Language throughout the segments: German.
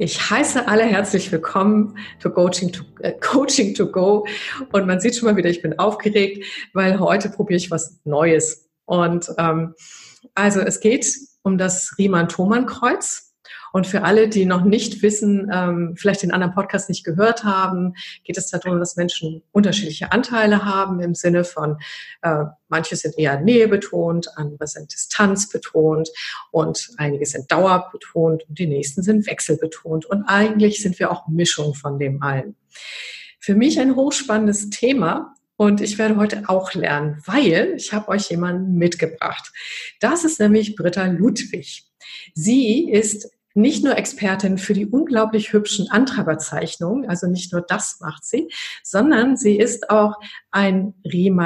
Ich heiße alle herzlich willkommen zu Coaching to Go. Und man sieht schon mal wieder, ich bin aufgeregt, weil heute probiere ich was Neues. Und also es geht um das Riemann-Thomann-Kreuz. Und für alle, die noch nicht wissen, vielleicht den anderen Podcast nicht gehört haben, geht es darum, dass Menschen unterschiedliche Anteile haben im Sinne von, manche sind eher Nähe betont, andere sind Distanz betont und einige sind Dauer betont und die nächsten sind Wechsel betont. Und eigentlich sind wir auch Mischung von dem allen. Für mich ein hochspannendes Thema. Und ich werde heute auch lernen, weil ich habe euch jemanden mitgebracht. Das ist nämlich Britta Ludwig. Sie ist nicht nur Expertin für die unglaublich hübschen Antreiberzeichnungen, also nicht nur das macht sie, sondern sie ist auch eine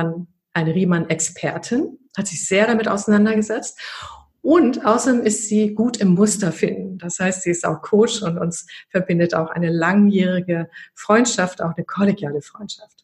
Riemann-Expertin, hat sich sehr damit auseinandergesetzt und außerdem ist sie gut im Muster finden. Das heißt, sie ist auch Coach und uns verbindet auch eine langjährige Freundschaft, auch eine kollegiale Freundschaft.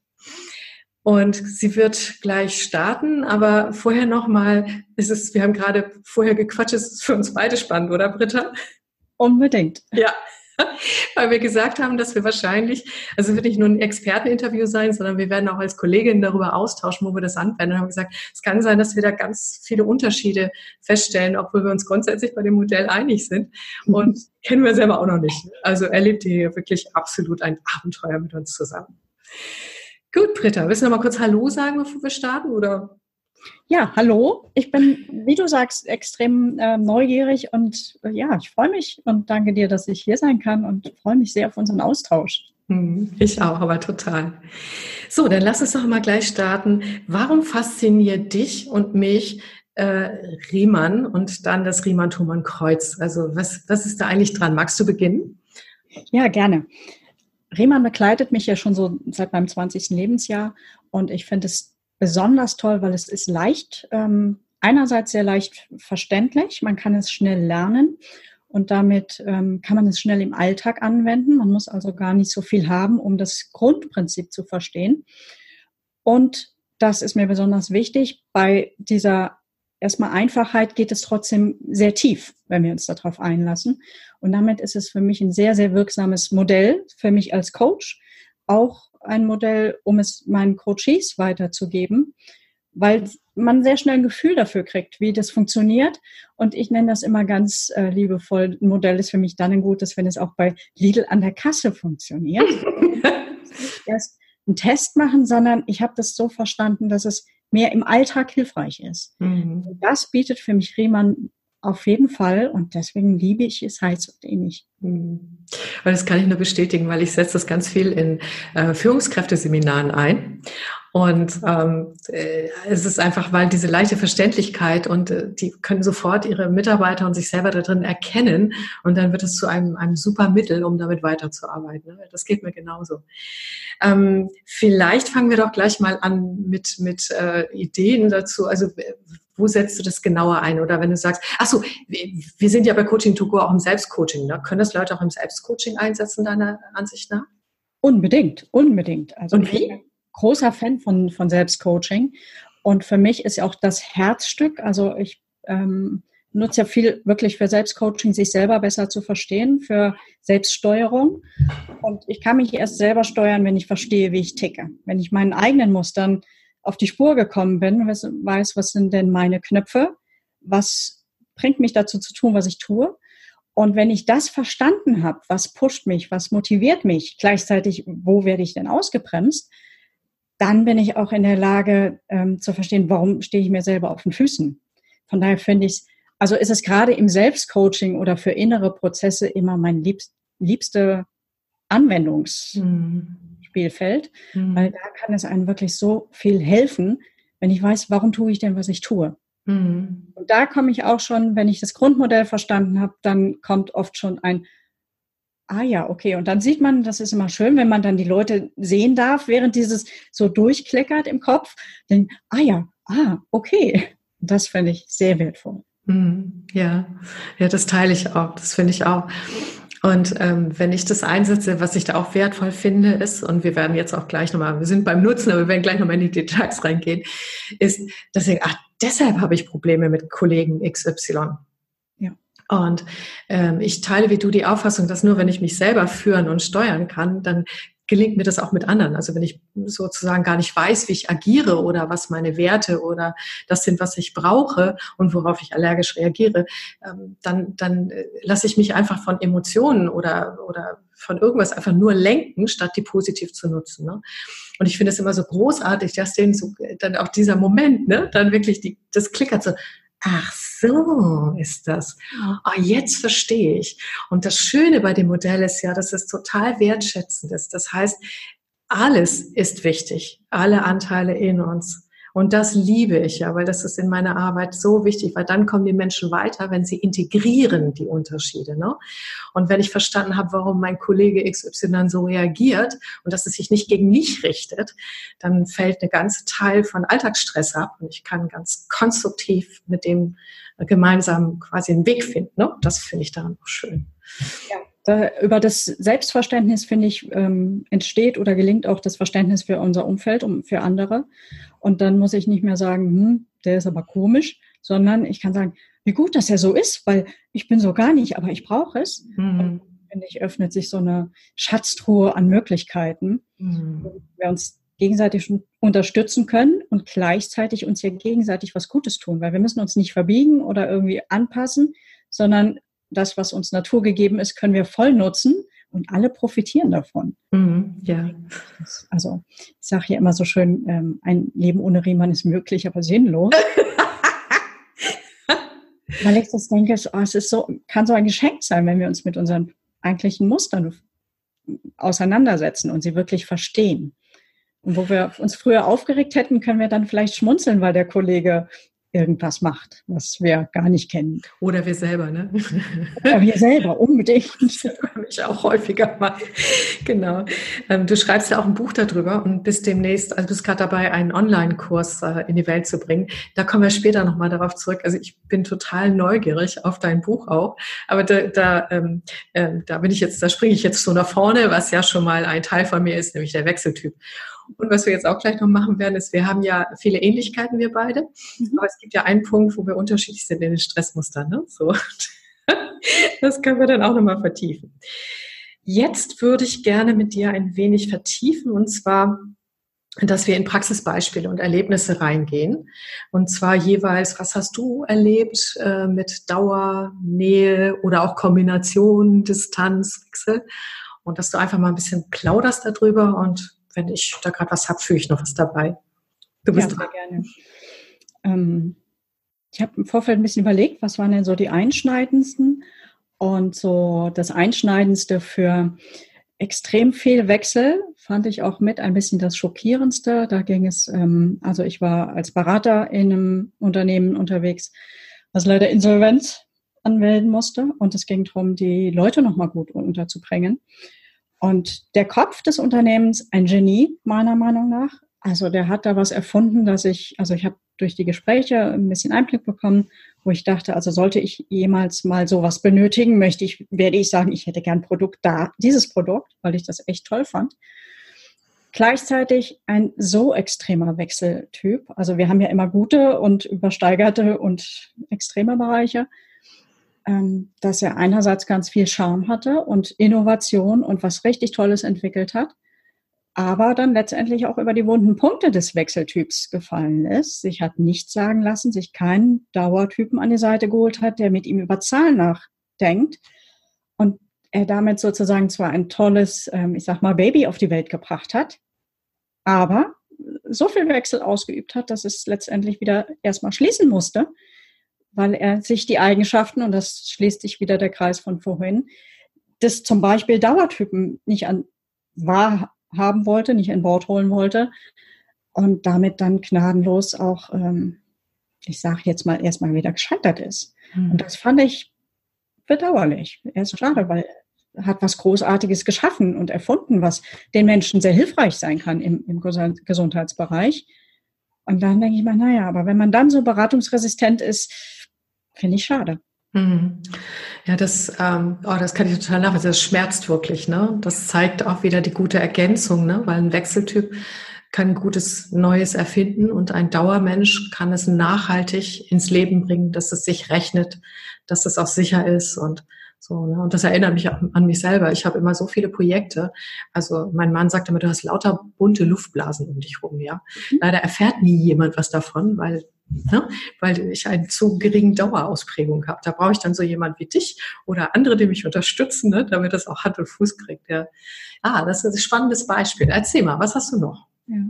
Und sie wird gleich starten, aber vorher nochmal, wir haben gerade vorher gequatscht, es ist für uns beide spannend, oder Britta? Unbedingt. Ja, weil wir gesagt haben, dass wir wahrscheinlich, also wird nicht nur ein Experteninterview sein, sondern wir werden auch als Kolleginnen darüber austauschen, wo wir das anwenden. Und haben gesagt, es kann sein, dass wir da ganz viele Unterschiede feststellen, obwohl wir uns grundsätzlich bei dem Modell einig sind. Und kennen wir selber auch noch nicht. Also erlebt ihr hier wirklich absolut ein Abenteuer mit uns zusammen. Gut, Britta, willst du noch mal kurz Hallo sagen, bevor wir starten, oder? Ja, hallo. Ich bin, wie du sagst, extrem neugierig und ich freue mich und danke dir, dass ich hier sein kann und freue mich sehr auf unseren Austausch. Ich auch, aber total. So, dann lass uns doch mal gleich starten. Warum fasziniert dich und mich Riemann und dann das Riemann-Thomann-Kreuz? Also was ist da eigentlich dran? Magst du beginnen? Ja, gerne. Riemann begleitet mich ja schon so seit meinem 20. Lebensjahr und ich finde es besonders toll, weil es ist leicht, einerseits sehr leicht verständlich, man kann es schnell lernen und damit kann man es schnell im Alltag anwenden. Man muss also gar nicht so viel haben, um das Grundprinzip zu verstehen. Und das ist mir besonders wichtig. Bei dieser erstmal Einfachheit geht es trotzdem sehr tief, wenn wir uns darauf einlassen. Und damit ist es für mich ein sehr, sehr wirksames Modell, für mich als Coach, auch ein Modell, um es meinen Coaches weiterzugeben, weil man sehr schnell ein Gefühl dafür kriegt, wie das funktioniert. Und ich nenne das immer ganz liebevoll, ein Modell ist für mich dann ein gutes, wenn es auch bei Lidl an der Kasse funktioniert. Nicht erst einen Test machen, sondern ich habe das so verstanden, dass es mehr im Alltag hilfreich ist. Und das bietet für mich Riemann auf jeden Fall und deswegen liebe ich es heiß und innig. Und das kann ich nur bestätigen, weil ich setze das ganz viel in Führungskräfteseminaren ein. Und es ist einfach, weil diese leichte Verständlichkeit und die können sofort ihre Mitarbeiter und sich selber da drin erkennen und dann wird es zu einem super Mittel, um damit weiterzuarbeiten. Das geht mir genauso. Vielleicht fangen wir doch gleich mal an mit Ideen dazu. Also wo setzt du das genauer ein? Oder wenn du sagst, wir sind ja bei Coaching to Go auch im Selbstcoaching. Ne? Können das Leute auch im Selbstcoaching einsetzen, deiner Ansicht nach? Unbedingt. Also und wie? Ich bin großer Fan von Selbstcoaching. Und für mich ist auch das Herzstück, also ich nutze ja viel wirklich für Selbstcoaching, sich selber besser zu verstehen, für Selbststeuerung. Und ich kann mich erst selber steuern, wenn ich verstehe, wie ich ticke. Wenn ich meinen eigenen Mustern auf die Spur gekommen bin, weiß, was sind denn meine Knöpfe, was bringt mich dazu zu tun, was ich tue. Und wenn ich das verstanden habe, was pusht mich, was motiviert mich, gleichzeitig, wo werde ich denn ausgebremst, dann bin ich auch in der Lage zu verstehen, warum stehe ich mir selber auf den Füßen. Von daher finde ich, also ist es gerade im Selbstcoaching oder für innere Prozesse immer mein liebste Anwendungsspielfeld, weil da kann es einem wirklich so viel helfen, wenn ich weiß, warum tue ich denn, was ich tue. Und da komme ich auch schon, wenn ich das Grundmodell verstanden habe, dann kommt oft schon ein okay. Und dann sieht man, das ist immer schön, wenn man dann die Leute sehen darf, während dieses so durchklickert im Kopf, dann, okay. Das finde ich sehr wertvoll. Ja, das teile ich auch, das finde ich auch. Und wenn ich das einsetze, was ich da auch wertvoll finde, ist, und wir werden jetzt auch gleich nochmal, wir sind beim Nutzen, aber wir werden gleich nochmal in die Details reingehen, ist, dass ich, deshalb habe ich Probleme mit Kollegen XY. Ja. Und ich teile wie du die Auffassung, dass nur wenn ich mich selber führen und steuern kann, dann gelingt mir das auch mit anderen. Also wenn ich sozusagen gar nicht weiß, wie ich agiere oder was meine Werte oder das sind, was ich brauche und worauf ich allergisch reagiere, dann lasse ich mich einfach von Emotionen oder von irgendwas einfach nur lenken, statt die positiv zu nutzen. Ne? Und ich finde es immer so großartig, dass denen so, dann auch dieser Moment, ne, dann wirklich das klickert so. Ach so ist das. Ah, jetzt verstehe ich. Und das Schöne bei dem Modell ist ja, dass es total wertschätzend ist. Das heißt, alles ist wichtig, alle Anteile in uns. Und das liebe ich ja, weil das ist in meiner Arbeit so wichtig, weil dann kommen die Menschen weiter, wenn sie integrieren die Unterschiede. Ne? Und wenn ich verstanden habe, warum mein Kollege XY so reagiert und dass es sich nicht gegen mich richtet, dann fällt eine ganze Teil von Alltagsstress ab und ich kann ganz konstruktiv mit dem gemeinsam quasi einen Weg finden. Ne? Das finde ich daran auch schön. Ja. Über das Selbstverständnis, finde ich, entsteht oder gelingt auch das Verständnis für unser Umfeld und für andere. Und dann muss ich nicht mehr sagen, der ist aber komisch, sondern ich kann sagen, wie gut, dass er so ist, weil ich bin so gar nicht, aber ich brauche es. Und finde ich, öffnet sich so eine Schatztruhe an Möglichkeiten, wo wir uns gegenseitig unterstützen können und gleichzeitig uns ja gegenseitig was Gutes tun, weil wir müssen uns nicht verbiegen oder irgendwie anpassen, sondern das, was uns Natur gegeben ist, können wir voll nutzen und alle profitieren davon. Ja. Also ich sage hier immer so schön, ein Leben ohne Riemann ist möglich, aber sinnlos. Weil ich das denke, es ist so, kann so ein Geschenk sein, wenn wir uns mit unseren eigentlichen Mustern auseinandersetzen und sie wirklich verstehen. Und wo wir uns früher aufgeregt hätten, können wir dann vielleicht schmunzeln, weil der Kollege irgendwas macht, was wir gar nicht kennen. Oder wir selber, ne? Oder wir selber, unbedingt. Das habe ich auch häufiger mal. Genau. Du schreibst ja auch ein Buch darüber und bist demnächst, also bist gerade dabei, einen Online-Kurs in die Welt zu bringen. Da kommen wir später nochmal darauf zurück. Also ich bin total neugierig auf dein Buch auch. Aber da bin ich jetzt, da springe ich jetzt so nach vorne, was ja schon mal ein Teil von mir ist, nämlich der Wechseltyp. Und was wir jetzt auch gleich noch machen werden, ist, wir haben ja viele Ähnlichkeiten, wir beide. Aber es gibt ja einen Punkt, wo wir unterschiedlich sind in den Stressmustern. Ne? So. Das können wir dann auch nochmal vertiefen. Jetzt würde ich gerne mit dir ein wenig vertiefen, und zwar, dass wir in Praxisbeispiele und Erlebnisse reingehen. Und zwar jeweils, was hast du erlebt mit Dauer, Nähe oder auch Kombination, Distanz, Wechsel? Und dass du einfach mal ein bisschen plauderst darüber, und wenn ich da gerade was habe, fühle ich noch was dabei. Du bist dran. Gerne. Ich habe im Vorfeld ein bisschen überlegt, was waren denn so die einschneidendsten? Und so das Einschneidendste für extrem viel Wechsel fand ich auch mit ein bisschen das Schockierendste. Da ging es, also ich war als Berater in einem Unternehmen unterwegs, was leider Insolvenz anmelden musste. Und es ging darum, die Leute nochmal gut unterzubringen. Und der Kopf des Unternehmens, ein Genie, meiner Meinung nach. Also der hat da was erfunden, ich habe durch die Gespräche ein bisschen Einblick bekommen, wo ich dachte, also sollte ich jemals mal sowas benötigen, werde ich sagen, ich hätte gern dieses Produkt, weil ich das echt toll fand. Gleichzeitig ein so extremer Wechseltyp. Also wir haben ja immer gute und übersteigerte und extreme Bereiche. Dass er einerseits ganz viel Charme hatte und Innovation und was richtig Tolles entwickelt hat, aber dann letztendlich auch über die wunden Punkte des Wechseltyps gefallen ist, sich hat nichts sagen lassen, sich keinen Dauertypen an die Seite geholt hat, der mit ihm über Zahlen nachdenkt und er damit sozusagen zwar ein tolles, ich sag mal, Baby auf die Welt gebracht hat, aber so viel Wechsel ausgeübt hat, dass es letztendlich wieder erstmal schließen musste, weil er sich die Eigenschaften, und das schließt sich wieder der Kreis von vorhin, des zum Beispiel Dauertypen nicht wahrhaben wollte, nicht an Bord holen wollte und damit dann gnadenlos auch, ich sage jetzt mal, erstmal wieder gescheitert ist. Und das fand ich bedauerlich. Er ist schade, weil er hat was Großartiges geschaffen und erfunden, was den Menschen sehr hilfreich sein kann im Gesundheitsbereich. Und dann denke ich mir, naja, aber wenn man dann so beratungsresistent ist, finde ich schade. Ja, das kann ich total nachvollziehen. Das schmerzt wirklich, ne? Das zeigt auch wieder die gute Ergänzung, ne? Weil ein Wechseltyp kann Gutes Neues erfinden und ein Dauermensch kann es nachhaltig ins Leben bringen, dass es sich rechnet, dass es auch sicher ist und so. Ne? Und das erinnert mich an mich selber. Ich habe immer so viele Projekte. Also mein Mann sagt immer, du hast lauter bunte Luftblasen um dich rum. Ja, leider erfährt nie jemand was davon, weil ich eine zu geringe Dauerausprägung habe. Da brauche ich dann so jemand wie dich oder andere, die mich unterstützen, ne, damit das auch Hand und Fuß kriegt. Ja. Das ist ein spannendes Beispiel. Erzähl mal, was hast du noch?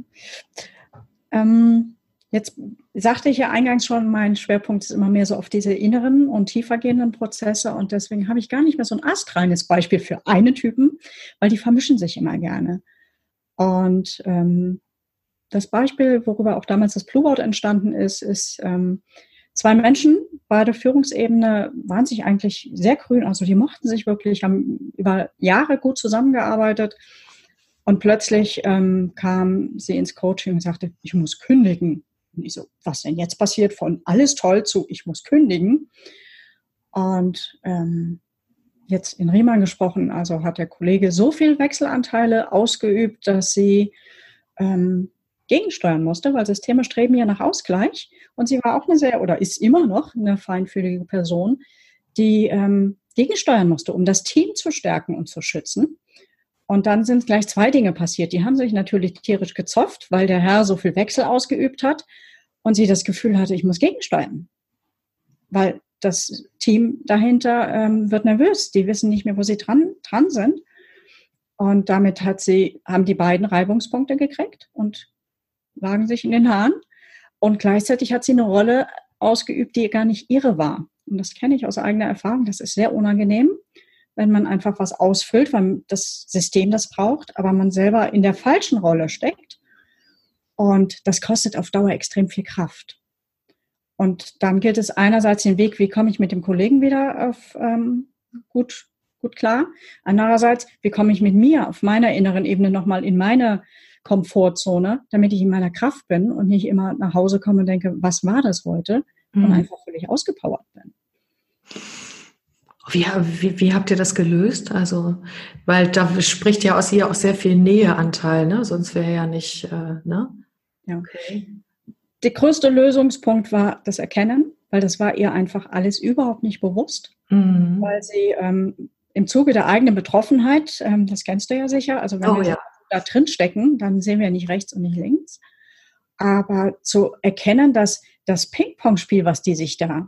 Ja. Jetzt sagte ich ja eingangs schon, mein Schwerpunkt ist immer mehr so auf diese inneren und tiefergehenden Prozesse und deswegen habe ich gar nicht mehr so ein astreines Beispiel für einen Typen, weil die vermischen sich immer gerne. Und das Beispiel, worüber auch damals das Blueboard entstanden ist zwei Menschen, beide Führungsebene, waren sich eigentlich sehr grün, also die mochten sich wirklich, haben über Jahre gut zusammengearbeitet und plötzlich kam sie ins Coaching und sagte, ich muss kündigen. Und ich so, was denn jetzt passiert? Von alles toll zu, ich muss kündigen. Und jetzt in Riemann gesprochen, also hat der Kollege so viel Wechselanteile ausgeübt, dass sie gegensteuern musste, weil Systeme streben ja nach Ausgleich. Und sie war auch ist immer noch eine feinfühlige Person, die gegensteuern musste, um das Team zu stärken und zu schützen. Und dann sind gleich zwei Dinge passiert. Die haben sich natürlich tierisch gezofft, weil der Herr so viel Wechsel ausgeübt hat und sie das Gefühl hatte, ich muss gegensteuern. Weil das Team dahinter wird nervös. Die wissen nicht mehr, wo sie dran sind. Und damit haben die beiden Reibungspunkte gekriegt und lagen sich in den Haaren. Und gleichzeitig hat sie eine Rolle ausgeübt, die gar nicht ihre war. Und das kenne ich aus eigener Erfahrung. Das ist sehr unangenehm, wenn man einfach was ausfüllt, weil das System das braucht, aber man selber in der falschen Rolle steckt. Und das kostet auf Dauer extrem viel Kraft. Und dann gilt es einerseits den Weg, wie komme ich mit dem Kollegen wieder auf gut klar. Andererseits, wie komme ich mit mir auf meiner inneren Ebene nochmal in meine Komfortzone, damit ich in meiner Kraft bin und nicht immer nach Hause komme und denke, was war das heute? Und einfach völlig ausgepowert bin. Wie habt ihr das gelöst? Also, weil da spricht ja aus ihr auch sehr viel Näheanteil, ne? Sonst wäre ja nicht, ne? Ja. Okay. Der größte Lösungspunkt war das Erkennen, weil das war ihr einfach alles überhaupt nicht bewusst, weil sie im Zuge der eigenen Betroffenheit, das kennst du ja sicher, also wenn wir da drin stecken, dann sehen wir nicht rechts und nicht links. Aber zu erkennen, dass das Ping-Pong-Spiel, was die sich da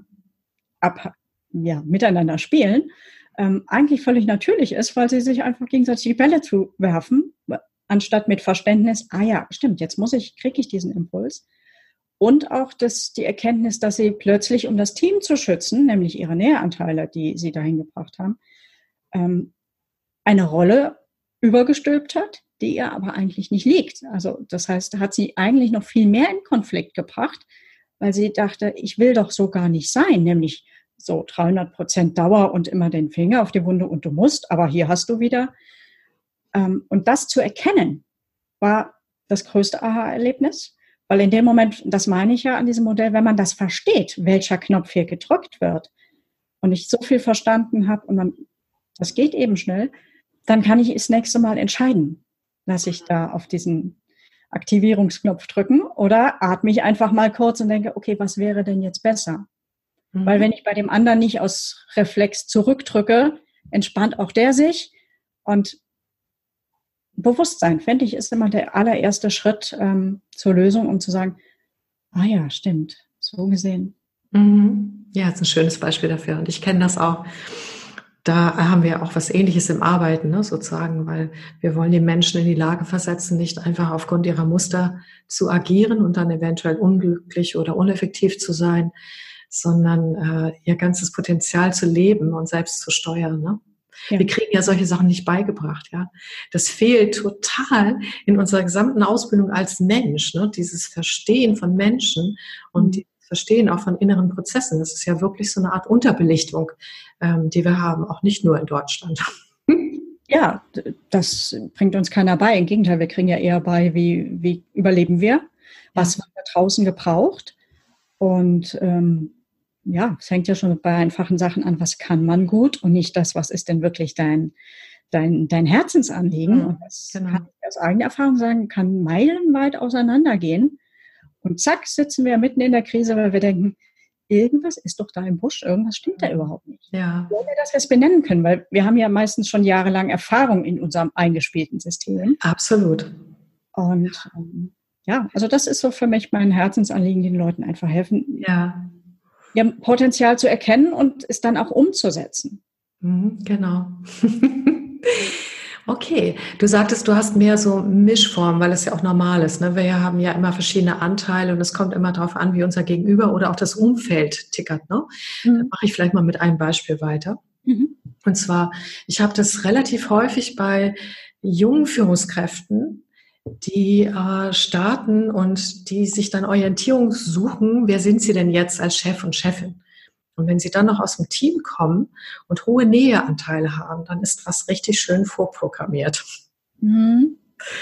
miteinander spielen, eigentlich völlig natürlich ist, weil sie sich einfach gegenseitig die Bälle zuwerfen, anstatt mit Verständnis, stimmt, jetzt kriege ich diesen Impuls. Und auch die Erkenntnis, dass sie plötzlich, um das Team zu schützen, nämlich ihre Näheranteile, die sie dahin gebracht haben, eine Rolle übergestülpt hat, die ihr aber eigentlich nicht liegt. Also das heißt, da hat sie eigentlich noch viel mehr in Konflikt gebracht, weil sie dachte, ich will doch so gar nicht sein, nämlich so 300% Dauer und immer den Finger auf die Wunde und du musst, aber hier hast du wieder. Und das zu erkennen, war das größte Aha-Erlebnis, weil in dem Moment, das meine ich ja an diesem Modell, wenn man das versteht, welcher Knopf hier gedrückt wird und ich so viel verstanden habe und das geht eben schnell, dann kann ich das nächste Mal entscheiden, lasse ich da auf diesen Aktivierungsknopf drücken oder atme ich einfach mal kurz und denke, okay, was wäre denn jetzt besser? Weil wenn ich bei dem anderen nicht aus Reflex zurückdrücke, entspannt auch der sich. Und Bewusstsein, finde ich, ist immer der allererste Schritt zur Lösung, um zu sagen, stimmt, so gesehen. Ja, das ist ein schönes Beispiel dafür. Und ich kenne das auch. Da haben wir auch was Ähnliches im Arbeiten, ne, sozusagen, weil wir wollen die Menschen in die Lage versetzen, nicht einfach aufgrund ihrer Muster zu agieren und dann eventuell unglücklich oder uneffektiv zu sein, sondern ihr ganzes Potenzial zu leben und selbst zu steuern. Ne? Ja. Wir kriegen ja solche Sachen nicht beigebracht. Ja, das fehlt total in unserer gesamten Ausbildung als Mensch. Ne? Dieses Verstehen von Menschen und die Verstehen auch von inneren Prozessen. Das ist ja wirklich so eine Art Unterbelichtung, die wir haben, auch nicht nur in Deutschland. Ja, das bringt uns keiner bei. Im Gegenteil, wir kriegen ja eher bei, wie überleben wir, was wird da draußen gebraucht. Und es fängt ja schon bei einfachen Sachen an, was kann man gut und nicht das, was ist denn wirklich dein dein Herzensanliegen. Mhm, Und das genau. kann ich aus eigener Erfahrung sagen, kann meilenweit auseinandergehen. Und zack, sitzen wir mitten in der Krise, weil wir denken, irgendwas ist doch da im Busch, irgendwas stimmt da überhaupt nicht. Ja. Ohne dass wir es benennen können, weil wir haben ja meistens schon jahrelang Erfahrung in unserem eingespielten System. Absolut. Und ja, also das ist so für mich mein Herzensanliegen, den Leuten einfach helfen, Ja. ihr Potenzial zu erkennen und es dann auch umzusetzen. Mhm, genau. Okay, du sagtest, du hast mehr so Mischformen, weil es ja auch normal ist. Ne? Wir haben ja immer verschiedene Anteile und es kommt immer darauf an, wie unser Gegenüber oder auch das Umfeld tickert. Ne? Dann mache ich vielleicht mal mit einem Beispiel weiter. Mhm. Und zwar, ich habe das relativ häufig bei jungen Führungskräften, die starten und die sich dann Orientierung suchen, wer sind sie denn jetzt als Chef und Chefin? Und wenn sie dann noch aus dem Team kommen und hohe Näheanteile haben, dann ist was richtig schön vorprogrammiert. Mhm.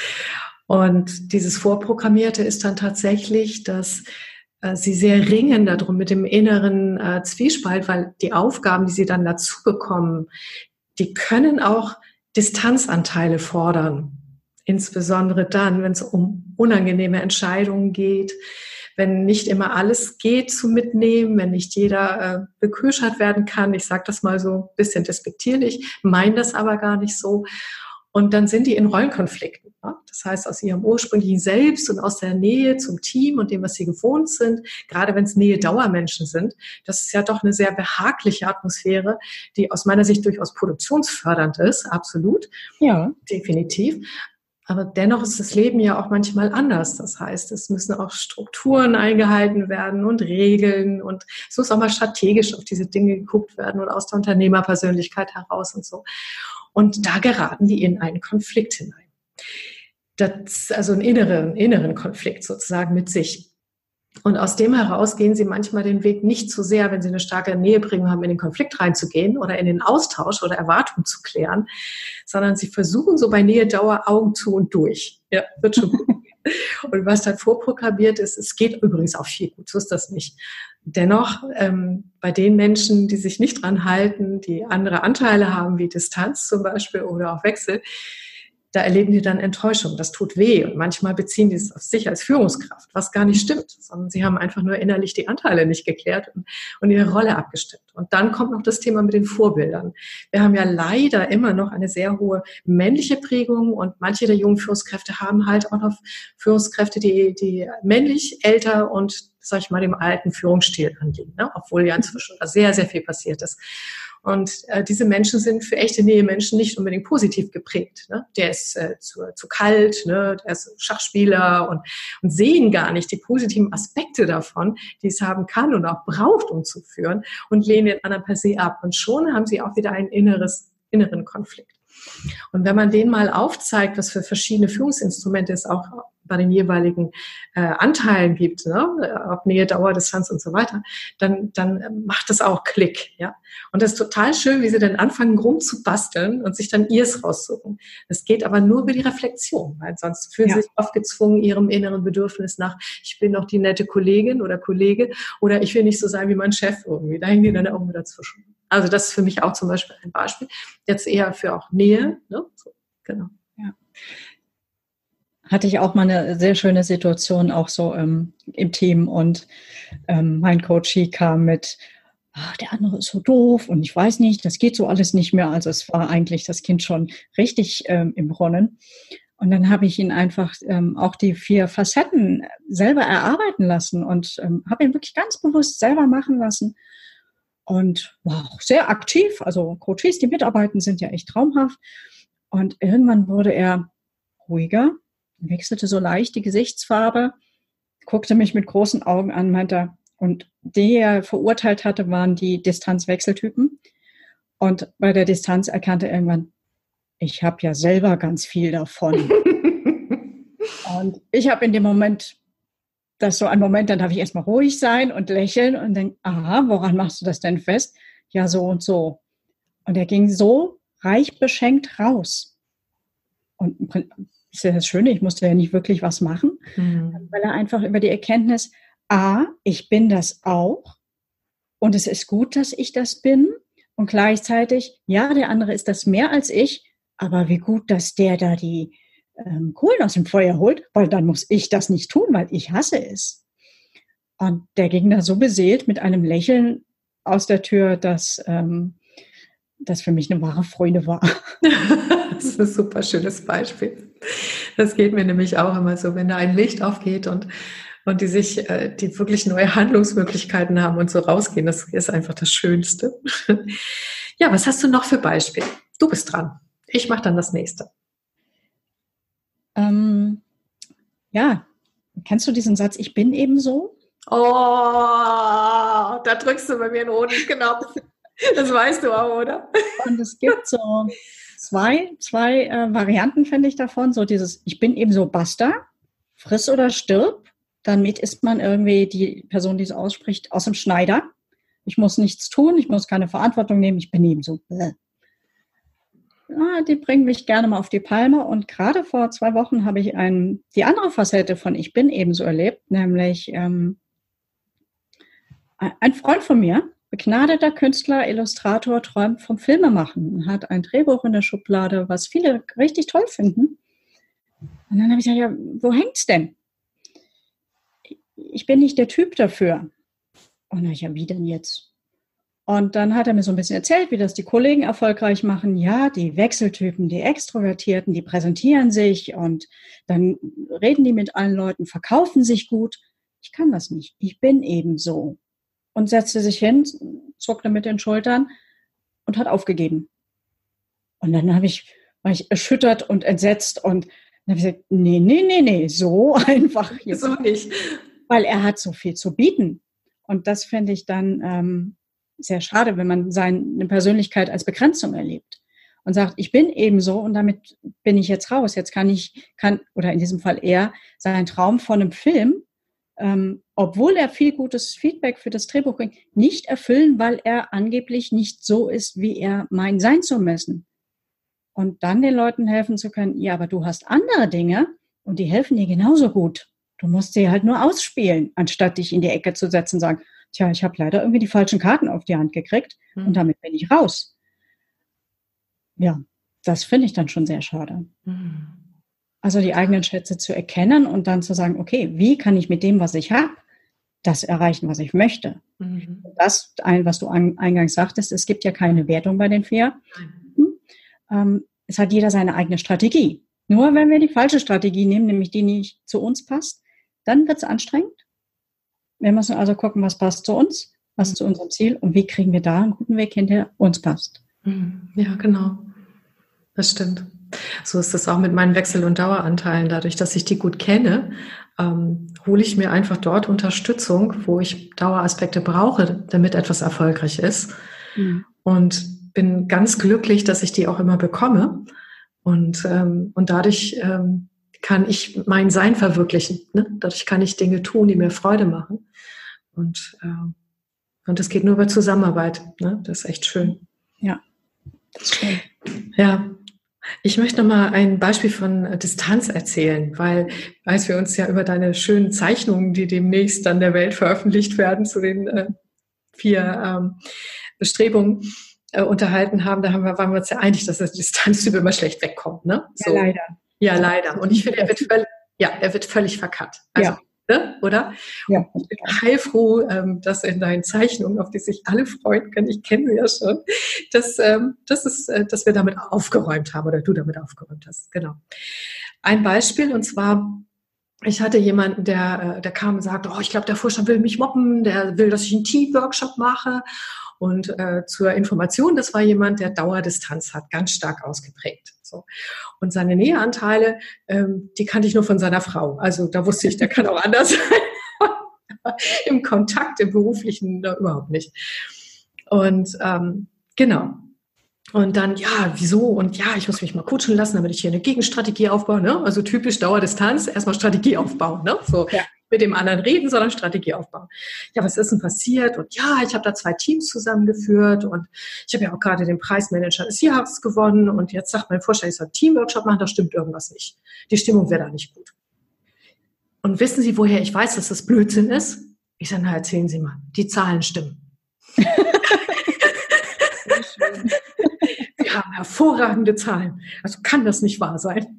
Und dieses Vorprogrammierte ist dann tatsächlich, dass sie sehr ringen darum mit dem inneren Zwiespalt, weil die Aufgaben, die sie dann dazu bekommen, die können auch Distanzanteile fordern. Insbesondere dann, wenn es um unangenehme Entscheidungen geht, wenn nicht immer alles geht zu mitnehmen, wenn nicht jeder beköchert werden kann. Ich sage das mal so ein bisschen despektierlich, meine das aber gar nicht so. Und dann sind die in Rollenkonflikten. Ja? Das heißt, aus ihrem ursprünglichen Selbst und aus der Nähe zum Team und dem, was sie gewohnt sind, gerade wenn es Nähe-Dauermenschen sind, das ist ja doch eine sehr behagliche Atmosphäre, die aus meiner Sicht durchaus produktionsfördernd ist, absolut, Ja. definitiv. Aber dennoch ist das Leben ja auch manchmal anders. Das heißt, es müssen auch Strukturen eingehalten werden und Regeln und es muss auch mal strategisch auf diese Dinge geguckt werden und aus der Unternehmerpersönlichkeit heraus und so. Und da geraten die in einen Konflikt hinein. Das, also einen inneren Konflikt sozusagen mit sich. Und aus dem heraus gehen sie manchmal den Weg nicht so sehr, wenn sie eine starke Nähebringung haben, in den Konflikt reinzugehen oder in den Austausch oder Erwartungen zu klären, sondern sie versuchen so bei Nähe-Dauer Augen zu und durch. Ja, wird schon gut. Und was dann vorprogrammiert ist, es geht übrigens auch viel gut, so ist das nicht. Dennoch, bei den Menschen, die sich nicht dran halten, die andere Anteile haben, wie Distanz zum Beispiel oder auch Wechsel, da erleben die dann Enttäuschung. Das tut weh. Und manchmal beziehen die es auf sich als Führungskraft, was gar nicht stimmt, sondern sie haben einfach nur innerlich die Anteile nicht geklärt und ihre Rolle abgestimmt. Und dann kommt noch das Thema mit den Vorbildern. Wir haben ja leider immer noch eine sehr hohe männliche Prägung und manche der jungen Führungskräfte haben halt auch noch Führungskräfte, die männlich, älter und, sag ich mal, dem alten Führungsstil anliegen, ne? Obwohl ja inzwischen da sehr, sehr viel passiert ist. Und diese Menschen sind für echte Nähe-Menschen nicht unbedingt positiv geprägt. Ne? Der ist zu kalt, ne? Der ist Schachspieler und sehen gar nicht die positiven Aspekte davon, die es haben kann und auch braucht, um zu führen, und lehnen den anderen per se ab. Und schon haben sie auch wieder einen inneren Konflikt. Und wenn man denen mal aufzeigt, was für verschiedene Führungsinstrumente es auch bei den jeweiligen Anteilen gibt, ne? Ob Nähe, Dauer, Distanz und so weiter, dann macht das auch Klick. Ja? Und das ist total schön, wie sie dann anfangen rumzubasteln und sich dann ihrs raussuchen. Das geht aber nur über die Reflexion, weil sonst fühlen sie sich oft gezwungen, ihrem inneren Bedürfnis nach, ich bin noch die nette Kollegin oder Kollege oder ich will nicht so sein wie mein Chef irgendwie. Da hängen die dann irgendwo dazwischen. Also das ist für mich auch zum Beispiel ein Beispiel. Jetzt eher für auch Nähe. Ne? So, genau. Ja. Hatte ich auch mal eine sehr schöne Situation auch so im Team und mein Coachie kam mit, der andere ist so doof und ich weiß nicht, das geht so alles nicht mehr. Also es war eigentlich das Kind schon richtig im Brunnen. Und dann habe ich ihn einfach auch die 4 Facetten selber erarbeiten lassen und habe ihn wirklich ganz bewusst selber machen lassen. Und war auch sehr aktiv. Also Coaches, die mitarbeiten, sind ja echt traumhaft. Und irgendwann wurde er ruhiger, wechselte so leicht die Gesichtsfarbe, guckte mich mit großen Augen an, meinte, und die er verurteilt hatte, waren die Distanzwechseltypen. Und bei der Distanz erkannte er irgendwann, ich habe ja selber ganz viel davon. Und ich habe in dem Moment, das ist so ein Moment, dann darf ich erstmal ruhig sein und lächeln und denke, aha, woran machst du das denn fest? Ja, so und so. Und er ging so reich beschenkt raus. Und das ist ja das Schöne, ich musste ja nicht wirklich was machen, weil er einfach über die Erkenntnis, ich bin das auch und es ist gut, dass ich das bin und gleichzeitig, ja, der andere ist das mehr als ich, aber wie gut, dass der da die Kohlen aus dem Feuer holt, weil dann muss ich das nicht tun, weil ich hasse es. Und der ging da so beseelt mit einem Lächeln aus der Tür, dass das für mich eine wahre Freude war. Das ist ein super schönes Beispiel. Das geht mir nämlich auch immer so, wenn da ein Licht aufgeht und die wirklich neue Handlungsmöglichkeiten haben und so rausgehen. Das ist einfach das Schönste. Ja, was hast du noch für Beispiele? Du bist dran. Ich mache dann das nächste. Ja, kennst du diesen Satz, ich bin eben so? Oh, da drückst du bei mir einen Honigknopf. Das weißt du auch, oder? Und es gibt so zwei Varianten, finde ich, davon. So dieses, ich bin eben so, basta, friss oder stirb. Damit ist man irgendwie die Person, die es ausspricht, aus dem Schneider. Ich muss nichts tun, ich muss keine Verantwortung nehmen, ich bin eben so. Ja, die bringen mich gerne mal auf die Palme. Und gerade vor 2 Wochen habe ich die andere Facette von ich bin ebenso erlebt, nämlich ein Freund von mir, begnadeter Künstler, Illustrator, träumt vom Filmemachen, hat ein Drehbuch in der Schublade, was viele richtig toll finden. Und dann habe ich gesagt, ja, wo hängt's denn? Ich bin nicht der Typ dafür. Und dann, ja, wie denn jetzt? Und dann hat er mir so ein bisschen erzählt, wie das die Kollegen erfolgreich machen. Ja, die Wechseltypen, die Extrovertierten, die präsentieren sich und dann reden die mit allen Leuten, verkaufen sich gut. Ich kann das nicht. Ich bin eben so. Und setzte sich hin, zuckte mit den Schultern und hat aufgegeben. Und dann war ich erschüttert und entsetzt und dann habe ich gesagt, nee, so einfach jetzt. So nicht. Weil er hat so viel zu bieten. Und das finde ich dann sehr schade, wenn man seine Persönlichkeit als Begrenzung erlebt und sagt, ich bin eben so und damit bin ich jetzt raus. Jetzt kann oder in diesem Fall er, seinen Traum von einem Film, obwohl er viel gutes Feedback für das Drehbuch bringt, nicht erfüllen, weil er angeblich nicht so ist, wie er meint sein zu müssen. Und dann den Leuten helfen zu können, ja, aber du hast andere Dinge und die helfen dir genauso gut. Du musst sie halt nur ausspielen, anstatt dich in die Ecke zu setzen und sagen, tja, ich habe leider irgendwie die falschen Karten auf die Hand gekriegt und damit bin ich raus. Ja, das finde ich dann schon sehr schade. Also die eigenen Schätze zu erkennen und dann zu sagen, okay, wie kann ich mit dem, was ich habe, das erreichen, was ich möchte? Das, was du eingangs sagtest, es gibt ja keine Wertung bei den 4. Es hat jeder seine eigene Strategie. Nur wenn wir die falsche Strategie nehmen, nämlich die nicht zu uns passt, dann wird es anstrengend. Wir müssen also gucken, was passt zu uns, was zu unserem Ziel und wie kriegen wir da einen guten Weg hin, der uns passt. Ja, genau. Das stimmt. So ist es auch mit meinen Wechsel- und Daueranteilen. Dadurch, dass ich die gut kenne, hole ich mir einfach dort Unterstützung, wo ich Daueraspekte brauche, damit etwas erfolgreich ist. Und bin ganz glücklich, dass ich die auch immer bekomme. Und dadurch kann ich mein Sein verwirklichen. Ne? Dadurch kann ich Dinge tun, die mir Freude machen. Und das geht nur über Zusammenarbeit. Ne? Das ist echt schön. Ja, das ist schön. Ja, ich möchte noch mal ein Beispiel von Distanz erzählen, weil als wir uns ja über deine schönen Zeichnungen, die demnächst dann der Welt veröffentlicht werden, zu den 4 Bestrebungen unterhalten haben, waren wir uns ja einig, dass das Distanztyp immer schlecht wegkommt. Ne? So. Ja, leider. Ja, leider. Und ich finde, er wird völlig verkannt. Also, ja. Ne? Oder? Ja. Ich bin heilfroh, dass in deinen Zeichnungen, auf die sich alle freuen können, ich kenne sie ja schon, dass wir damit aufgeräumt haben oder du damit aufgeräumt hast. Genau. Ein Beispiel, und zwar, ich hatte jemanden, der kam und sagte, ich glaube, der Vorstand will mich mobben, der will, dass ich einen Teamworkshop mache. Und zur Information, das war jemand, der Dauerdistanz hat, ganz stark ausgeprägt. So. Und seine Näheanteile, die kannte ich nur von seiner Frau. Also da wusste ich, der kann auch anders sein. Im Kontakt, im beruflichen überhaupt nicht. Und genau. Und dann, ja, wieso? Und ja, ich muss mich mal coachen lassen, damit ich hier eine Gegenstrategie aufbaue. Ne? Also typisch Dauerdistanz, erstmal Strategie aufbauen. Ne? So. Ja. Mit dem anderen reden, sondern Strategie aufbauen. Ja, was ist denn passiert? Und ja, ich habe da 2 Teams zusammengeführt und ich habe ja auch gerade den Preismanager des Jahres gewonnen und jetzt sagt mein Vorstand, ich soll einen Teamworkshop machen, da stimmt irgendwas nicht. Die Stimmung wäre da nicht gut. Und wissen Sie, woher ich weiß, dass das Blödsinn ist? Ich sage, na, erzählen Sie mal. Die Zahlen stimmen. haben hervorragende Zahlen. Also kann das nicht wahr sein.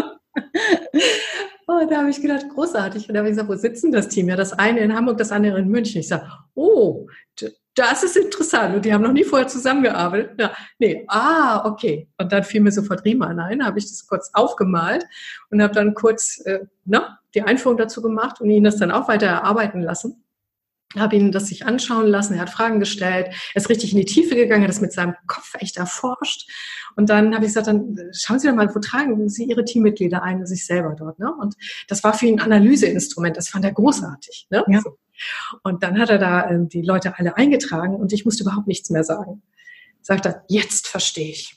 Und da habe ich gedacht, großartig. Und da habe ich gesagt, wo sitzen das Team? Ja, das eine in Hamburg, das andere in München. Ich sage, oh, das ist interessant. Und die haben noch nie vorher zusammengearbeitet. Ja, nee, okay. Und dann fiel mir sofort Riemann ein, habe ich das kurz aufgemalt und habe dann kurz die Einführung dazu gemacht und ihn das dann auch weiter erarbeiten lassen. Habe ihn das sich anschauen lassen, er hat Fragen gestellt, er ist richtig in die Tiefe gegangen, hat das mit seinem Kopf echt erforscht. Und dann habe ich gesagt, dann schauen Sie doch mal, wo tragen Sie Ihre Teammitglieder ein, sich selber dort. Ne? Und das war für ihn ein Analyseinstrument, das fand er großartig. Ne? Ja. So. Und dann hat er da die Leute alle eingetragen und ich musste überhaupt nichts mehr sagen. Sagt er, jetzt verstehe ich.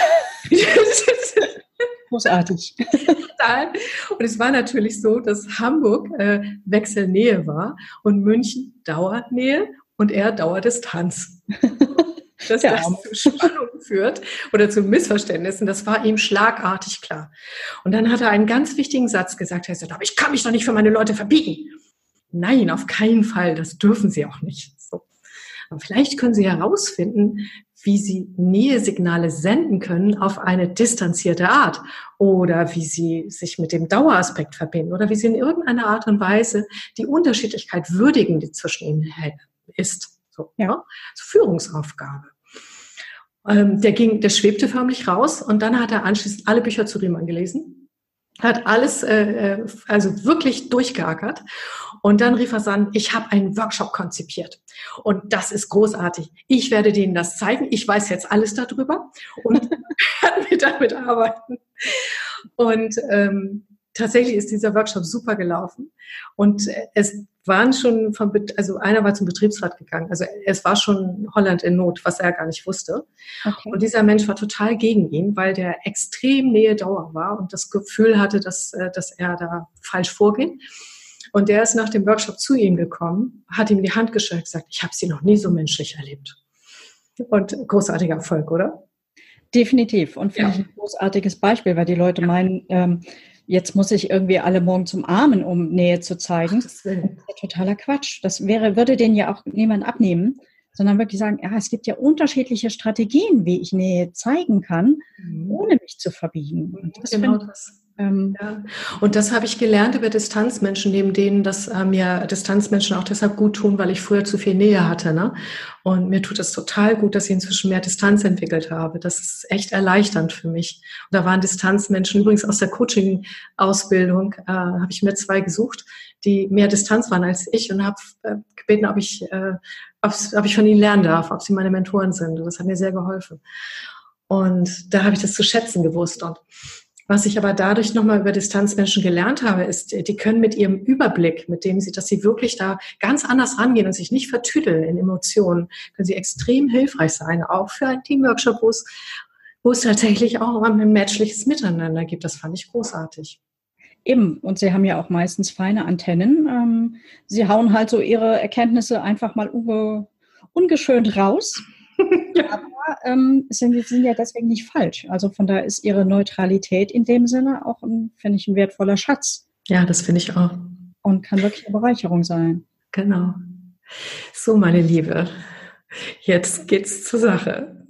Großartig. Und es war natürlich so, dass Hamburg Wechselnähe war und München Dauernähe und er Dauerdistanz. Dass das zu Spannungen führt oder zu Missverständnissen, das war ihm schlagartig klar. Und dann hat er einen ganz wichtigen Satz gesagt, er sagt, aber ich kann mich doch nicht für meine Leute verbiegen. Nein, auf keinen Fall, das dürfen Sie auch nicht. So. Aber vielleicht können Sie herausfinden, wie Sie Nähesignale senden können auf eine distanzierte Art oder wie Sie sich mit dem Daueraspekt verbinden oder wie Sie in irgendeiner Art und Weise die Unterschiedlichkeit würdigen, die zwischen Ihnen ist. So, ja. So Führungsaufgabe. Der schwebte förmlich raus und dann hat er anschließend alle Bücher zu Riemann gelesen, hat alles also wirklich durchgeackert. Und dann rief er an, ich habe einen Workshop konzipiert und das ist großartig. Ich werde denen das zeigen. Ich weiß jetzt alles darüber und kann mir damit arbeiten. Und tatsächlich ist dieser Workshop super gelaufen und es waren schon einer war zum Betriebsrat gegangen. Also es war schon Holland in Not, was er gar nicht wusste. Okay. Und dieser Mensch war total gegen ihn, weil der extrem Nähe-Dauer war und das Gefühl hatte, dass er da falsch vorgeht. Und der ist nach dem Workshop zu ihm gekommen, hat ihm die Hand geschüttelt und gesagt, ich habe sie noch nie so menschlich erlebt. Und großartiger Erfolg, oder? Definitiv. Und finde ich ein großartiges Beispiel, weil die Leute meinen, jetzt muss ich irgendwie alle morgen zum Armen, um Nähe zu zeigen. Das ist ja totaler Quatsch. Das würde denen ja auch niemand abnehmen, sondern wirklich sagen, ja, es gibt ja unterschiedliche Strategien, wie ich Nähe zeigen kann, ohne mich zu verbiegen. Und das genau das. Ja. Und das habe ich gelernt über Distanzmenschen, neben denen, dass mir Distanzmenschen auch deshalb gut tun, weil ich früher zu viel Nähe hatte. Ne? Und mir tut es total gut, dass ich inzwischen mehr Distanz entwickelt habe. Das ist echt erleichternd für mich. Und da waren Distanzmenschen, übrigens aus der Coaching-Ausbildung, habe ich mir 2 gesucht, die mehr Distanz waren als ich und habe gebeten, ob ich von ihnen lernen darf, ob sie meine Mentoren sind. Und das hat mir sehr geholfen. Und da habe ich das zu schätzen gewusst. Und was ich aber dadurch nochmal über Distanzmenschen gelernt habe, ist, die können mit ihrem Überblick, dass sie wirklich da ganz anders rangehen und sich nicht vertüdeln in Emotionen, können sie extrem hilfreich sein, auch für einen Teamworkshop, wo es tatsächlich auch ein menschliches Miteinander gibt. Das fand ich großartig. Eben, und sie haben ja auch meistens feine Antennen. Sie hauen halt so ihre Erkenntnisse einfach mal ungeschönt raus. Aber sind ja deswegen nicht falsch. Also von daher ist ihre Neutralität in dem Sinne auch, finde ich, ein wertvoller Schatz. Ja, das finde ich auch. Und kann wirklich eine Bereicherung sein. Genau. So, meine Liebe, jetzt geht's zur Sache.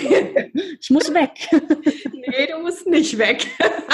Ich muss weg. Nee, du musst nicht weg.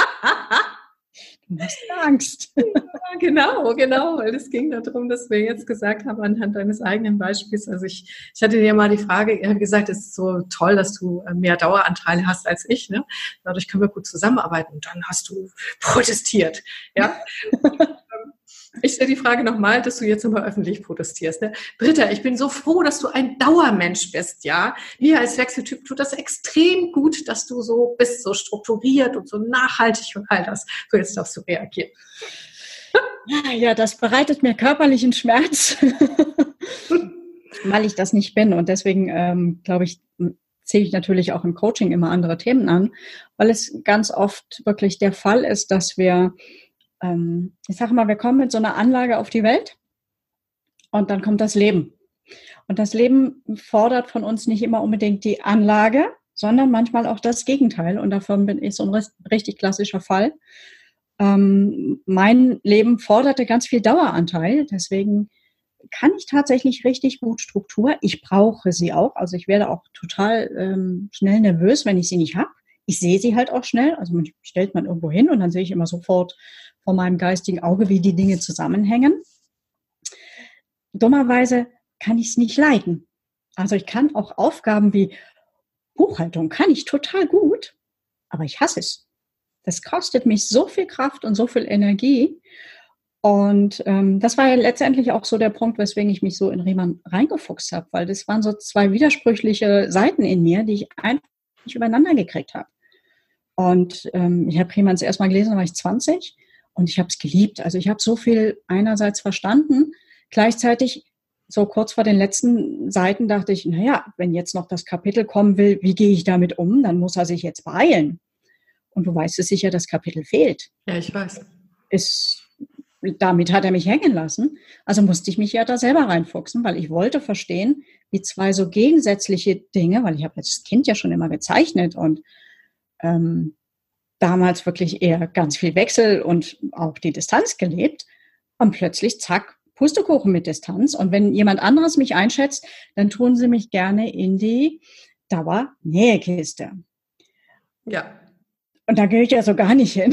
Du hast Angst. Ja, genau, weil es ging darum, dass wir jetzt gesagt haben, anhand deines eigenen Beispiels, also ich hatte dir mal die Frage gesagt, es ist so toll, dass du mehr Daueranteile hast als ich, ne? Dadurch können wir gut zusammenarbeiten und dann hast du protestiert, ja. Ich stelle die Frage nochmal, dass du jetzt nochmal öffentlich protestierst. Ne? Britta, ich bin so froh, dass du ein Dauermensch bist, ja. Mir als Wechseltyp tut das extrem gut, dass du so bist, so strukturiert und so nachhaltig und all das. So, jetzt darfst du reagieren. Ja, das bereitet mir körperlichen Schmerz, weil ich das nicht bin. Und deswegen, glaube ich, ziehe ich natürlich auch im Coaching immer andere Themen an, weil es ganz oft wirklich der Fall ist, dass wir ich sage mal, wir kommen mit so einer Anlage auf die Welt und dann kommt das Leben. Und das Leben fordert von uns nicht immer unbedingt die Anlage, sondern manchmal auch das Gegenteil. Und davon bin ich so ein richtig klassischer Fall. Mein Leben forderte ganz viel Daueranteil. Deswegen kann ich tatsächlich richtig gut Struktur. Ich brauche sie auch. Also ich werde auch total schnell nervös, wenn ich sie nicht habe. Ich sehe sie halt auch schnell. Also man stellt man irgendwo hin und dann sehe ich immer sofort vor meinem geistigen Auge, wie die Dinge zusammenhängen. Dummerweise kann ich es nicht leiten. Also ich kann auch Aufgaben wie Buchhaltung kann ich total gut, aber ich hasse es. Das kostet mich so viel Kraft und so viel Energie. Und das war ja letztendlich auch so der Punkt, weswegen ich mich so in Riemann reingefuchst habe, weil das waren so zwei widersprüchliche Seiten in mir, die ich einfach nicht übereinander gekriegt habe. Und ich habe Riemanns erstmal gelesen, da war ich 20 und ich habe es geliebt. Also ich habe so viel einerseits verstanden, gleichzeitig so kurz vor den letzten Seiten dachte ich, naja, wenn jetzt noch das Kapitel kommen will, wie gehe ich damit um, dann muss er sich jetzt beeilen. Und du weißt es sicher, das Kapitel fehlt. Ja, ich weiß. Damit hat er mich hängen lassen. Also musste ich mich ja da selber reinfuchsen, weil ich wollte verstehen, wie zwei so gegensätzliche Dinge, weil ich habe als Kind ja schon immer gezeichnet und damals wirklich eher ganz viel Wechsel und auch die Distanz gelebt. Und plötzlich, zack, Pustekuchen mit Distanz. Und wenn jemand anderes mich einschätzt, dann tun sie mich gerne in die Dauernähekiste. Ja. Und da gehe ich ja so gar nicht hin.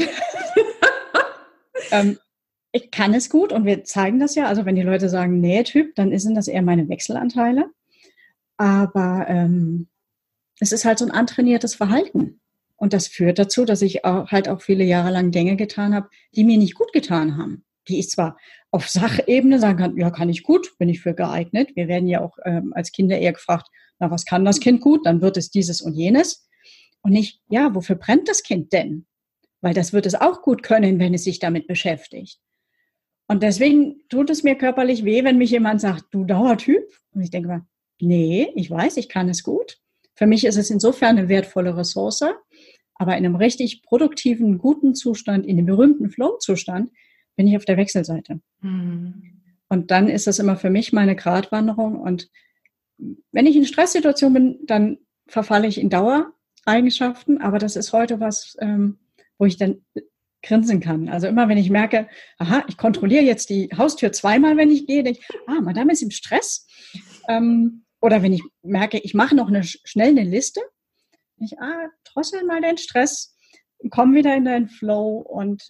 Ich kann es gut und wir zeigen das ja. Also wenn die Leute sagen Nähetyp, dann sind das eher meine Wechselanteile. Aber es ist halt so ein antrainiertes Verhalten. Und das führt dazu, dass ich halt auch viele Jahre lang Dinge getan habe, die mir nicht gut getan haben. Die ich zwar auf Sachebene sagen kann, ja, kann ich gut, bin ich für geeignet. Wir werden ja auch als Kinder eher gefragt, na, was kann das Kind gut? Dann wird es dieses und jenes. Und nicht, ja, wofür brennt das Kind denn? Weil das wird es auch gut können, wenn es sich damit beschäftigt. Und deswegen tut es mir körperlich weh, wenn mich jemand sagt, du Dauertyp. Und ich denke mal, nee, ich weiß, ich kann es gut. Für mich ist es insofern eine wertvolle Ressource, aber in einem richtig produktiven, guten Zustand, in dem berühmten Flow-Zustand, bin ich auf der Wechselseite. Mhm. Und dann ist das immer für mich meine Gratwanderung. Und wenn ich in Stresssituationen bin, dann verfalle ich in Dauereigenschaften. Aber das ist heute was, wo ich dann grinsen kann. Also immer, wenn ich merke, aha, ich kontrolliere jetzt die Haustür zweimal, wenn ich gehe, denke ich, Madame ist im Stress. Oder wenn ich merke, ich mache noch schnell eine Liste, ich drossel mal den Stress, komm wieder in deinen Flow und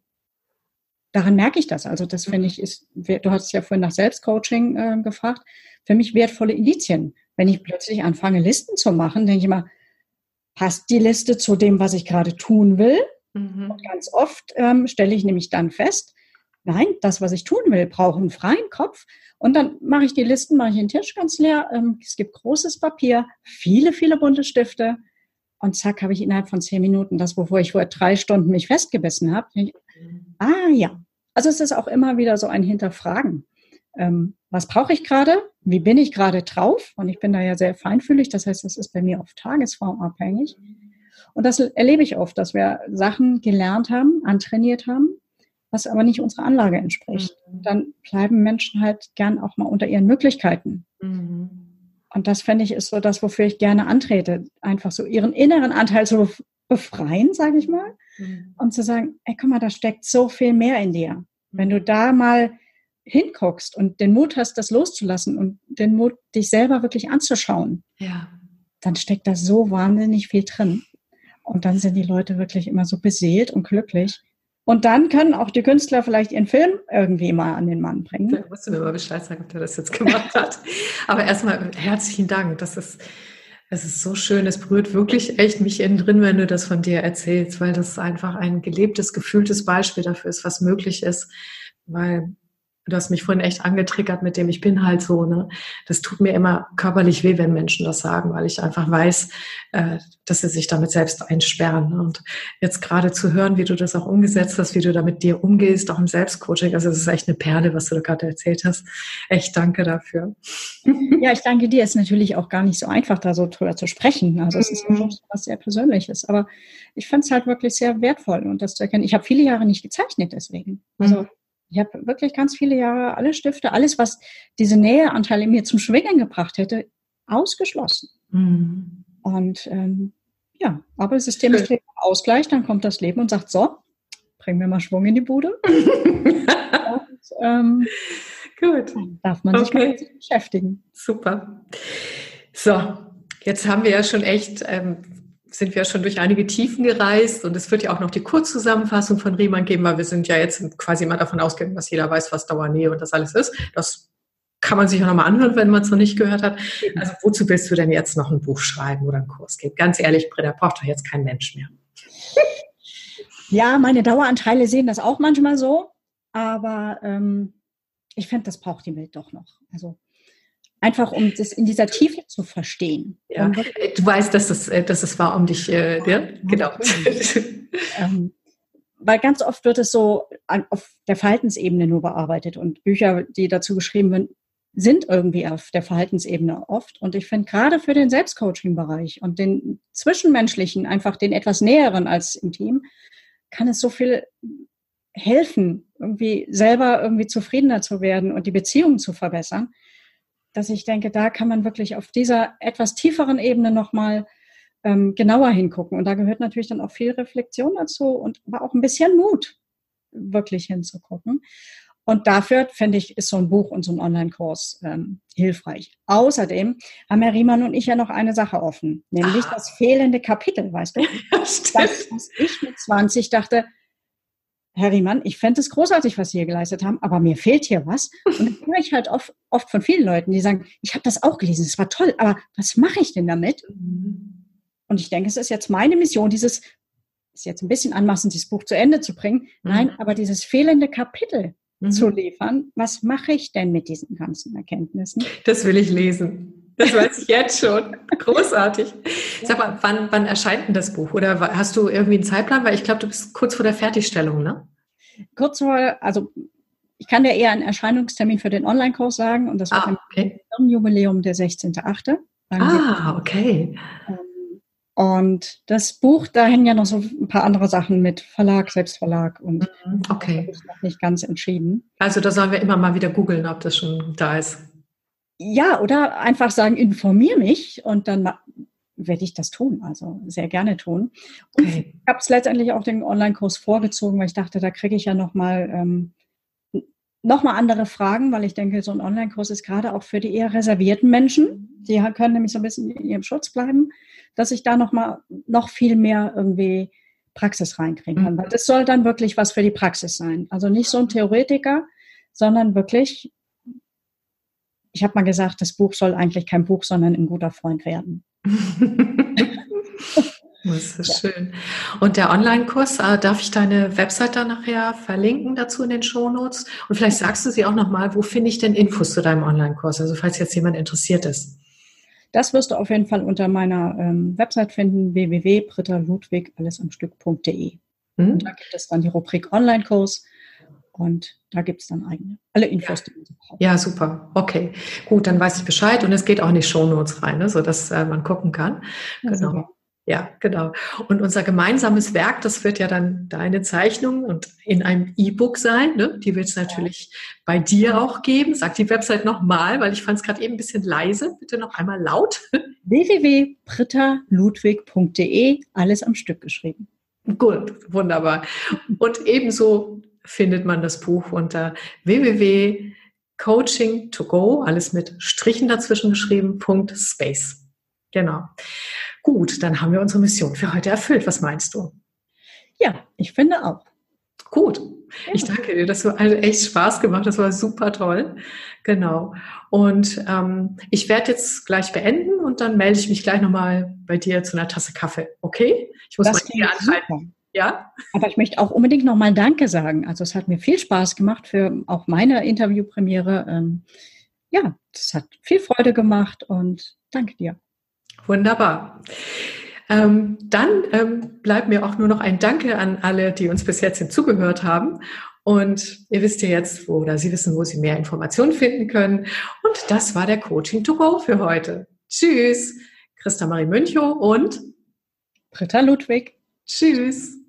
daran merke ich das. Also das finde ich du hast ja vorhin nach Selbstcoaching gefragt, für mich wertvolle Indizien. Wenn ich plötzlich anfange, Listen zu machen, denke ich immer, passt die Liste zu dem, was ich gerade tun will? Mhm. Und ganz oft stelle ich nämlich dann fest, nein, das, was ich tun will, braucht einen freien Kopf. Und dann mache ich die Listen, mache ich den Tisch ganz leer. Es gibt großes Papier, viele, viele bunte Stifte. Und zack, habe ich innerhalb von 10 Minuten das, wovor ich vor 3 Stunden mich festgebissen habe. Ja. Also es ist auch immer wieder so ein Hinterfragen. Was brauche ich gerade? Wie bin ich gerade drauf? Und ich bin da ja sehr feinfühlig. Das heißt, das ist bei mir auf Tagesform abhängig. Und das erlebe ich oft, dass wir Sachen gelernt haben, antrainiert haben, was aber nicht unserer Anlage entspricht. Mhm. Dann bleiben Menschen halt gern auch mal unter ihren Möglichkeiten. Mhm. Und das, finde ich, ist so das, wofür ich gerne antrete. Einfach so ihren inneren Anteil zu befreien, sage ich mal. Mhm. Und zu sagen, ey, guck mal, da steckt so viel mehr in dir. Mhm. Wenn du da mal hinguckst und den Mut hast, das loszulassen und den Mut, dich selber wirklich anzuschauen, ja, dann steckt da so wahnsinnig viel drin. Und dann sind die Leute wirklich immer so beseelt und glücklich. Und dann können auch die Künstler vielleicht ihren Film irgendwie mal an den Mann bringen. Da musst du mir mal Bescheid sagen, ob der das jetzt gemacht hat. Aber erstmal herzlichen Dank. Es ist so schön. Es berührt wirklich echt mich innen drin, wenn du das von dir erzählst, weil das einfach ein gelebtes, gefühltes Beispiel dafür ist, was möglich ist. Weil du hast mich vorhin echt angetriggert mit dem, ich bin halt so, ne? Das tut mir immer körperlich weh, wenn Menschen das sagen, weil ich einfach weiß, dass sie sich damit selbst einsperren. Ne? Und jetzt gerade zu hören, wie du das auch umgesetzt hast, wie du da mit dir umgehst, auch im Selbstcoaching, also das ist echt eine Perle, was du da gerade erzählt hast. Echt danke dafür. Ja, ich danke dir. Es ist natürlich auch gar nicht so einfach, da so drüber zu sprechen. Also es ist was sehr Persönliches. Aber ich fand es halt wirklich sehr wertvoll und das zu erkennen. Ich habe viele Jahre nicht gezeichnet deswegen. Also ich habe wirklich ganz viele Jahre alle Stifte, alles, was diese Näheanteile in mir zum Schwingen gebracht hätte, ausgeschlossen. Mhm. Und ja, aber das System ist Ausgleich, dann kommt das Leben und sagt, so, bring mir mal Schwung in die Bude. Und, Gut. Dann darf man sich mal mit sich beschäftigen. Super. So, jetzt haben wir ja schon echt, sind wir schon durch einige Tiefen gereist und es wird ja auch noch die Kurzzusammenfassung von Riemann geben, weil wir sind ja jetzt quasi mal davon ausgegangen, dass jeder weiß, was Dauernähe und das alles ist. Das kann man sich auch nochmal anhören, wenn man es noch nicht gehört hat. Also wozu willst du denn jetzt noch ein Buch schreiben oder einen Kurs geben? Ganz ehrlich, Britta, braucht doch jetzt kein Mensch mehr. Ja, meine Daueranteile sehen das auch manchmal so, aber ich finde, das braucht die Welt doch noch. Also einfach, um das in dieser Tiefe zu verstehen. Ja, du weißt, dass es war, um dich, ja, genau. Weil ganz oft wird es so auf der Verhaltensebene nur bearbeitet und Bücher, die dazu geschrieben werden, sind irgendwie auf der Verhaltensebene oft. Und ich finde, gerade für den Selbstcoaching-Bereich und den Zwischenmenschlichen, einfach den etwas Näheren als im Team, kann es so viel helfen, irgendwie selber irgendwie zufriedener zu werden und die Beziehungen zu verbessern, dass ich denke, da kann man wirklich auf dieser etwas tieferen Ebene nochmal genauer hingucken. Und da gehört natürlich dann auch viel Reflexion dazu und aber auch ein bisschen Mut, wirklich hinzugucken. Und dafür, finde ich, ist so ein Buch und so ein Online-Kurs hilfreich. Außerdem haben Herr Riemann und ich ja noch eine Sache offen, nämlich das fehlende Kapitel, weißt du? Das, was ich mit 20 dachte, Herr Riemann, ich fände es großartig, was Sie hier geleistet haben, aber mir fehlt hier was. Und dann höre ich halt oft von vielen Leuten, die sagen, ich habe das auch gelesen, es war toll, aber was mache ich denn damit? Und ich denke, es ist jetzt meine Mission, ist jetzt ein bisschen anmaßend, dieses Buch zu Ende zu bringen. Nein, aber dieses fehlende Kapitel zu liefern. Was mache ich denn mit diesen ganzen Erkenntnissen? Das will ich lesen. Das weiß ich jetzt schon. Großartig. Sag mal, wann erscheint denn das Buch? Oder hast du irgendwie einen Zeitplan? Weil ich glaube, du bist kurz vor der Fertigstellung, ne? Kurz vor, also ich kann dir eher einen Erscheinungstermin für den Online-Kurs sagen. Und das wird im Jubiläum der 16.8. Okay. Und das Buch, da hängen ja noch so ein paar andere Sachen mit Verlag, Selbstverlag und okay. Das ist noch nicht ganz entschieden. Also da sollen wir immer mal wieder googeln, ob das schon da ist. Ja, oder einfach sagen, informier mich und dann werde ich das tun, also sehr gerne tun. Und ich habe es letztendlich auch den Online-Kurs vorgezogen, weil ich dachte, da kriege ich ja nochmal andere Fragen, weil ich denke, so ein Online-Kurs ist gerade auch für die eher reservierten Menschen, die können nämlich so ein bisschen in ihrem Schutz bleiben, dass ich da noch viel mehr irgendwie Praxis reinkriegen kann. Weil das soll dann wirklich was für die Praxis sein. Also nicht so ein Theoretiker, sondern wirklich, ich habe mal gesagt, das Buch soll eigentlich kein Buch, sondern ein guter Freund werden. Das ist schön. Und der Online-Kurs, darf ich deine Website dann nachher verlinken dazu in den Shownotes? Und vielleicht sagst du sie auch nochmal, wo finde ich denn Infos zu deinem Online-Kurs? Also falls jetzt jemand interessiert ist. Das wirst du auf jeden Fall unter meiner Website finden, www.brittaludwig allesamstück.de. Und da gibt es dann die Rubrik Online-Kurs und da gibt es dann alle Infos. Die ja, super. Okay, gut, dann weiß ich Bescheid und es geht auch in die Shownotes rein, ne, sodass man gucken kann. Ja, genau. Super. Ja, genau. Und unser gemeinsames Werk, das wird ja dann deine Zeichnung und in einem E-Book sein. Ne? Die wird es natürlich bei dir auch geben. Sag die Website nochmal, weil ich fand es gerade eben ein bisschen leise. Bitte noch einmal laut. www.brittaludwig.de, alles am Stück geschrieben. Gut, wunderbar. Und ebenso findet man das Buch unter www.coaching2go, alles mit Strichen dazwischen geschrieben, .space. Genau. Gut, dann haben wir unsere Mission für heute erfüllt. Was meinst du? Ja, ich finde auch. Gut. Ja. Ich danke dir. Das hat echt Spaß gemacht. Das war super toll. Genau. Und ich werde jetzt gleich beenden und dann melde ich mich gleich nochmal bei dir zu einer Tasse Kaffee. Okay? Ich muss das mal hier anhalten. Ja? Aber ich möchte auch unbedingt nochmal Danke sagen. Also es hat mir viel Spaß gemacht für auch meine Interviewpremiere. Ja, das hat viel Freude gemacht und danke dir. Wunderbar. Dann bleibt mir auch nur noch ein Danke an alle, die uns bis jetzt zugehört haben. Und ihr wisst ja jetzt, Sie wissen, wo Sie mehr Informationen finden können. Und das war der Coaching to Go für heute. Tschüss, Christa Marie Münchow und Britta Ludwig. Tschüss.